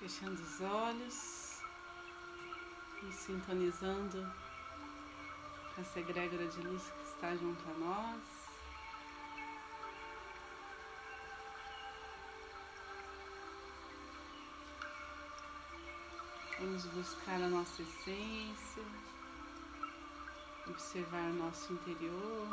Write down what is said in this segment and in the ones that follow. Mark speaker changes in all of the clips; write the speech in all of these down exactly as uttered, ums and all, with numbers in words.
Speaker 1: Fechando os olhos e sintonizando com essa egrégora de luz que está junto a nós. Vamos buscar a nossa essência, observar o nosso interior.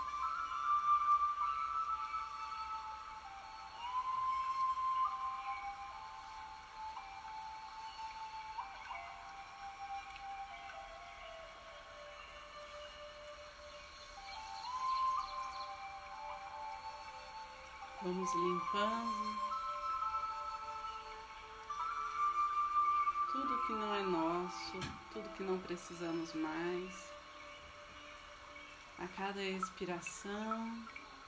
Speaker 1: Vamos limpando tudo que não é nosso, tudo que não precisamos mais. A cada expiração,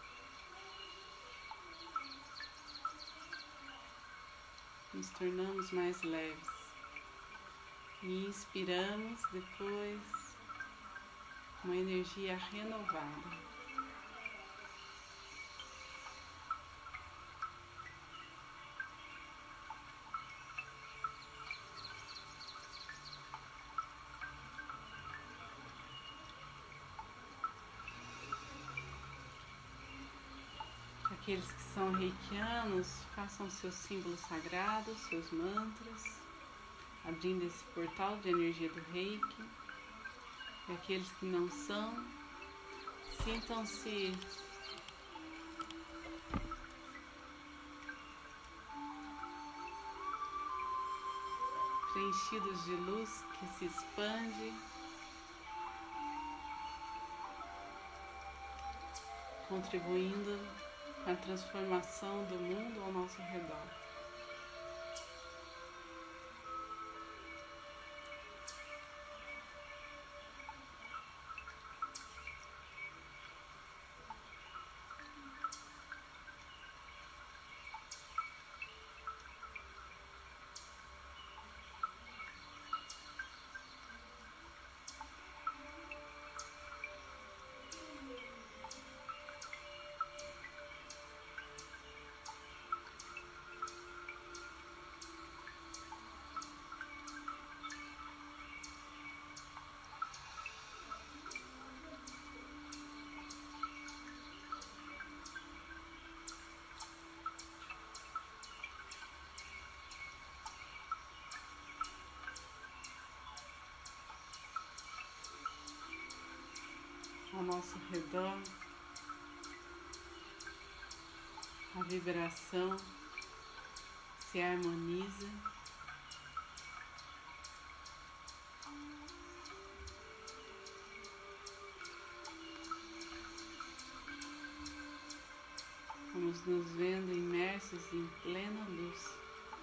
Speaker 1: nos tornamos mais leves. E inspiramos depois uma energia renovada. Aqueles que são reikianos, façam seus símbolos sagrados, seus mantras, abrindo esse portal de energia do reiki. E aqueles que não são, sintam-se preenchidos de luz que se expande, contribuindo com a transformação do mundo ao nosso redor. Ao nosso redor, a vibração se harmoniza, vamos nos vendo imersos em plena luz.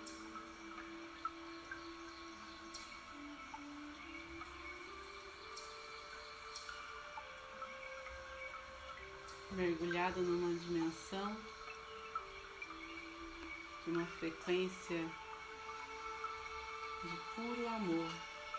Speaker 1: Mergulhado numa dimensão de uma frequência de puro amor.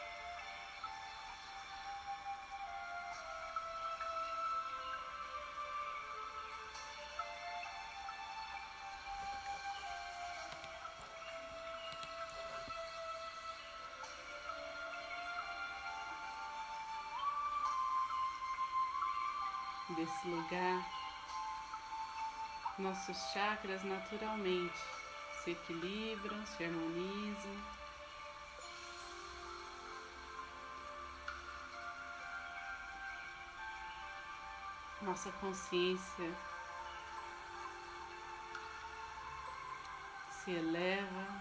Speaker 1: Desse lugar, nossos chakras naturalmente se equilibram, se harmonizam. Nossa consciência se eleva,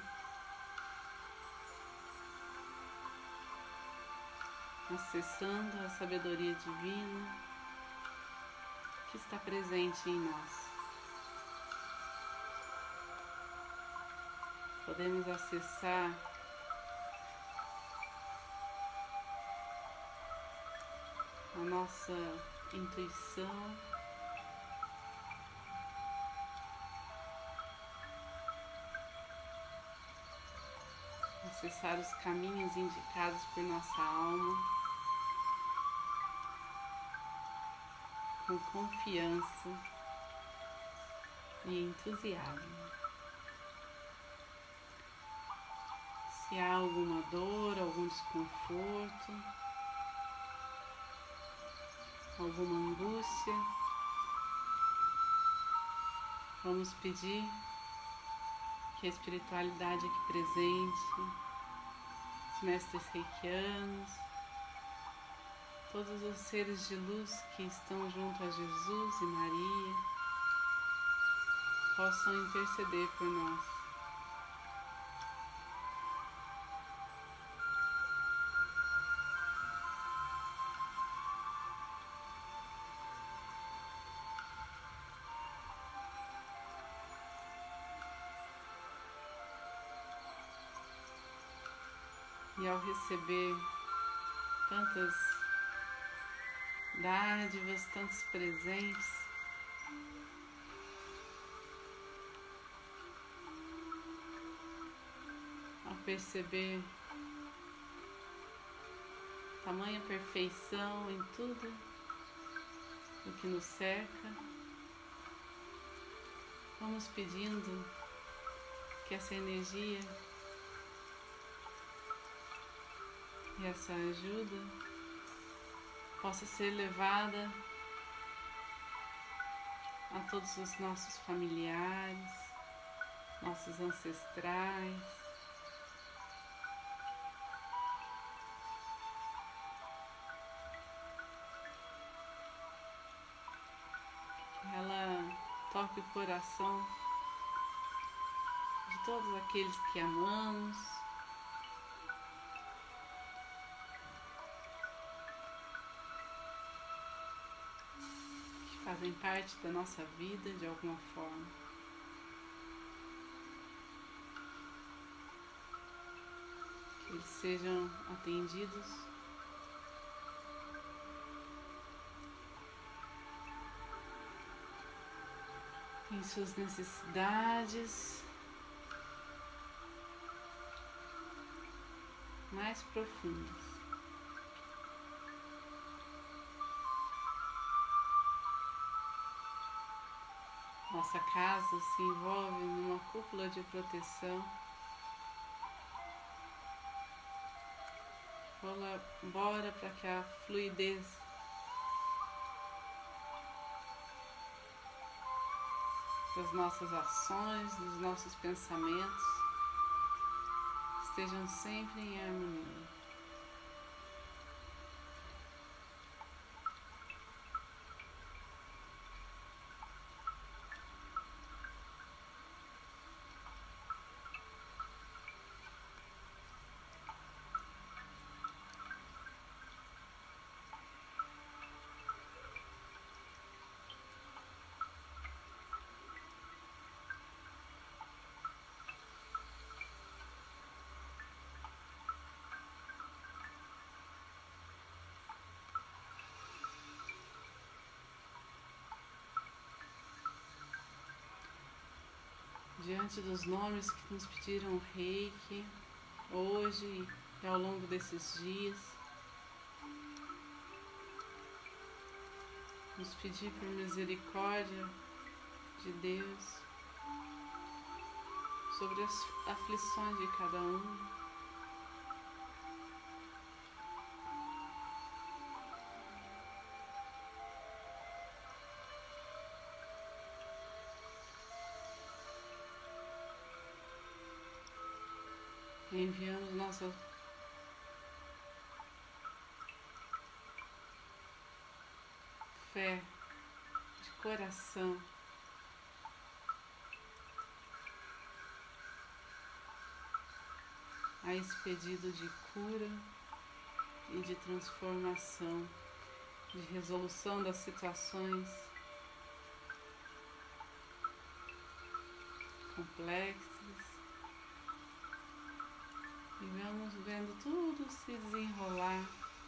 Speaker 1: acessando a sabedoria divina que está presente em nós. Podemos acessar a nossa intuição, acessar os caminhos indicados por nossa alma, com confiança e entusiasmo. Se há alguma dor, algum desconforto, alguma angústia, vamos pedir que a espiritualidade aqui presente, os mestres reikianos, todos os seres de luz que estão junto a Jesus e Maria, possam interceder por nós. E ao receber tantas dádivas, tantos presentes, ao perceber tamanha perfeição em tudo o que nos cerca, vamos pedindo que essa energia e essa ajuda possa ser levada a todos os nossos familiares, nossos ancestrais, que ela toque o coração de todos aqueles que amamos, fazem parte da nossa vida de alguma forma. Que eles sejam atendidos em suas necessidades mais profundas. Nossa casa se envolve numa cúpula de proteção. Bora para que a fluidez das nossas ações, dos nossos pensamentos estejam sempre em harmonia. Diante dos nomes que nos pediram Reiki hoje e ao longo desses dias, nos pedir por misericórdia de Deus sobre as aflições de cada um. Enviamos nossa fé de coração a esse pedido de cura e de transformação, de resolução das situações complexas. E vamos vendo tudo se desenrolar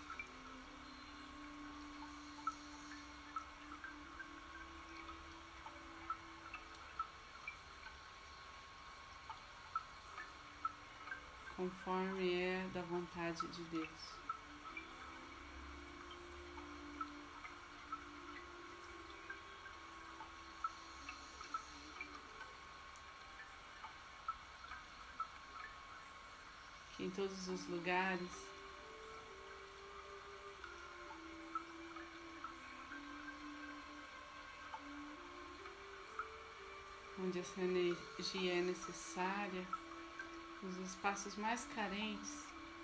Speaker 1: conforme é da vontade de Deus. em todos os lugares, onde essa energia é necessária, nos espaços mais carentes.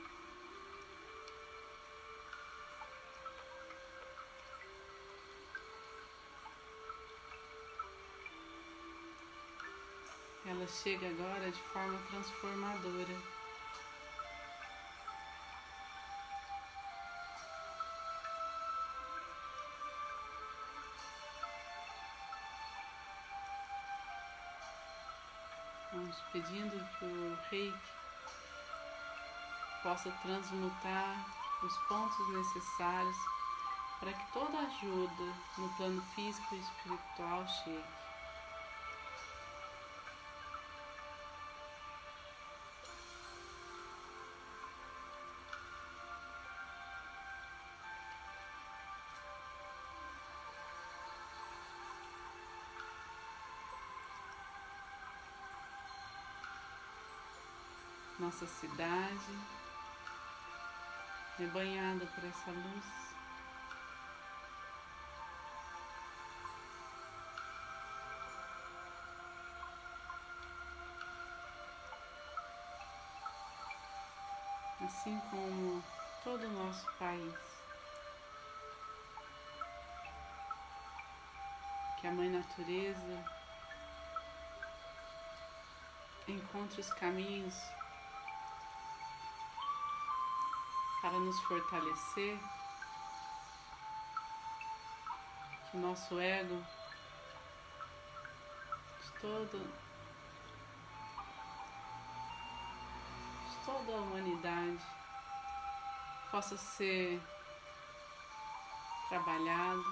Speaker 1: Ela chega agora de forma transformadora. Vamos pedindo que o Reiki possa transmutar os pontos necessários para que toda ajuda no plano físico e espiritual chegue. Nossa cidade é banhada por essa luz. Assim como todo o nosso país. Que a Mãe Natureza encontre os caminhos para nos fortalecer, que o nosso ego de todo, de toda a humanidade possa ser trabalhado,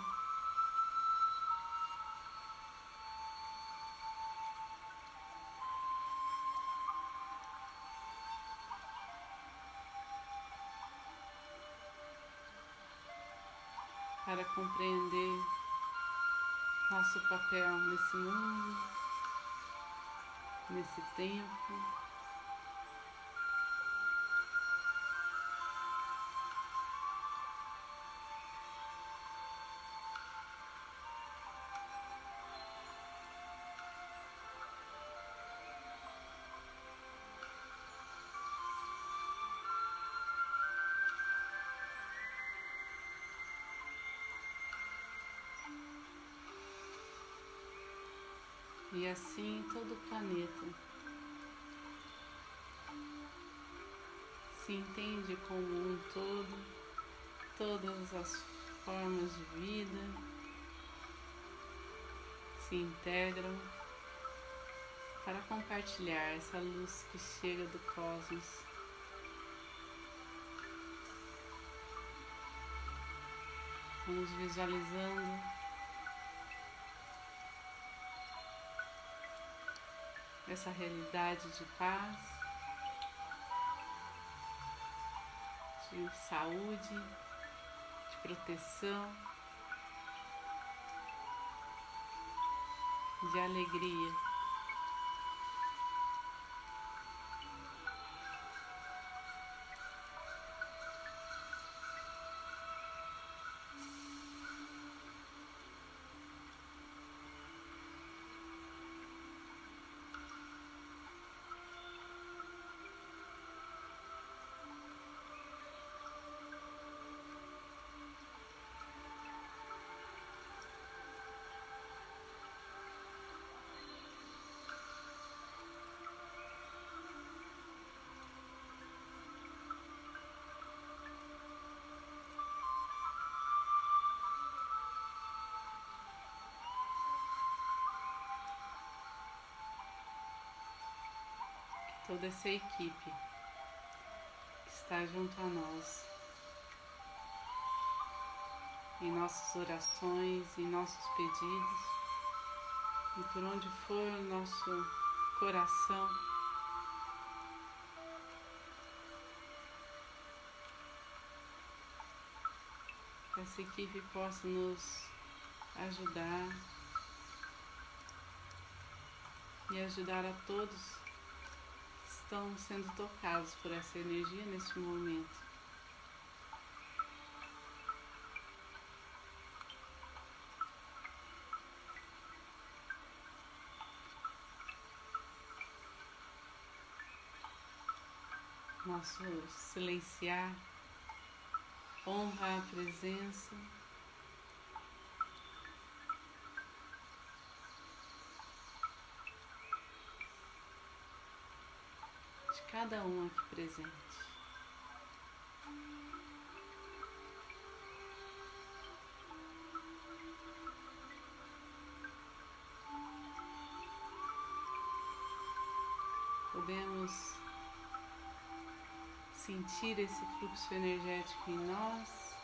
Speaker 1: para compreender nosso papel nesse mundo, nesse tempo. E assim todo o planeta se entende como um todo, todas as formas de vida se integram para compartilhar essa luz que chega do cosmos. Vamos visualizando essa realidade de paz, de saúde, de proteção, de alegria. Toda essa equipe que está junto a nós, em nossas orações, em nossos pedidos, e por onde for o nosso coração, que essa equipe possa nos ajudar e ajudar a todos estão sendo tocados por essa energia neste momento. Nosso silenciar honra a presença de cada um aqui presente. Podemos sentir esse fluxo energético em nós,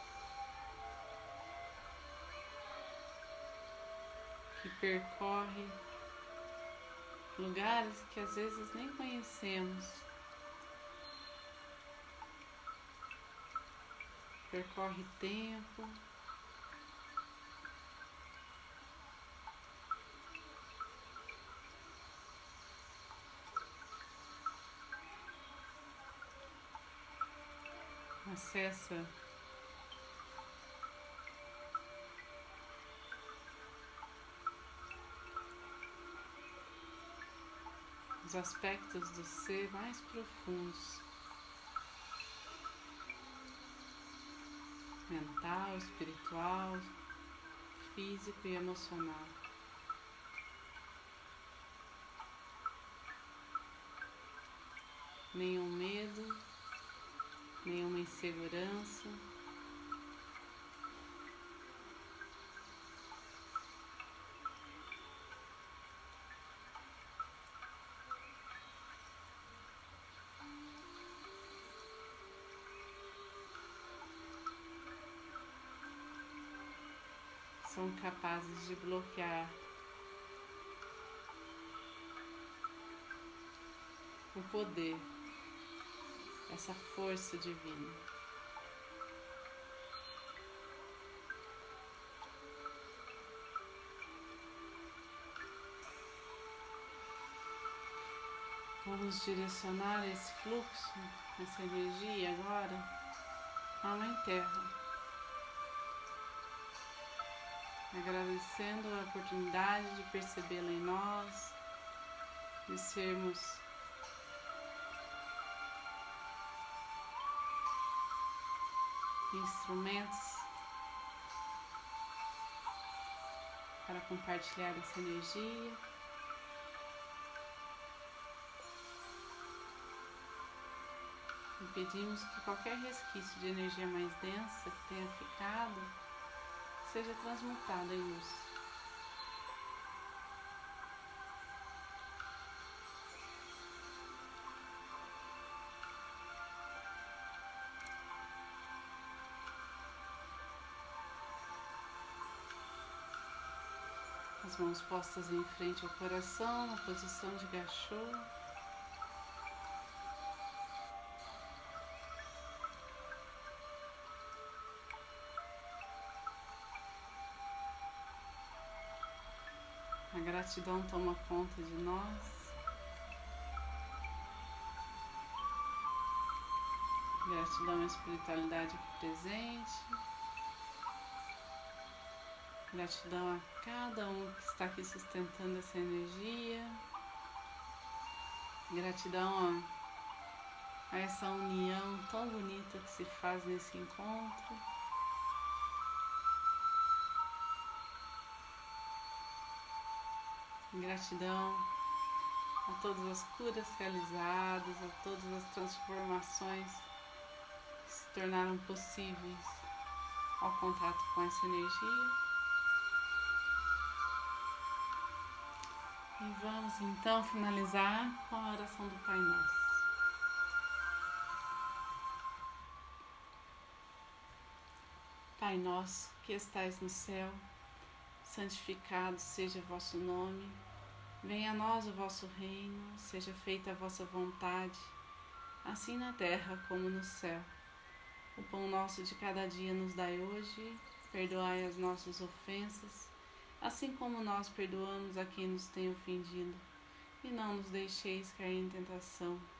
Speaker 1: que percorre lugares que às vezes nem conhecemos, percorre tempo, acessa os aspectos do ser mais profundos, mental, espiritual, físico e emocional. Nenhum medo, nenhuma insegurança, são capazes de bloquear o poder, essa força divina. Vamos direcionar esse fluxo, essa energia agora à Mãe Terra, agradecendo a oportunidade de percebê-la em nós, de sermos instrumentos para compartilhar essa energia. E pedimos que qualquer resquício de energia mais densa que tenha ficado seja transmutado em luz. As mãos postas em frente ao coração, na posição de gachô. A gratidão toma conta de nós. Gratidão à espiritualidade aqui presente. Gratidão a cada um que está aqui sustentando essa energia. Gratidão a, a essa união tão bonita que se faz nesse encontro. Gratidão a todas as curas realizadas, a todas as transformações que se tornaram possíveis ao contato com essa energia. E vamos então finalizar com a oração do Pai Nosso. Pai nosso, que estais no céu, santificado seja o vosso nome. Venha a nós o vosso reino, seja feita a vossa vontade, assim na terra como no céu. O pão nosso de cada dia nos dai hoje, perdoai as nossas ofensas, assim como nós perdoamos a quem nos tem ofendido, e não nos deixeis cair em tentação,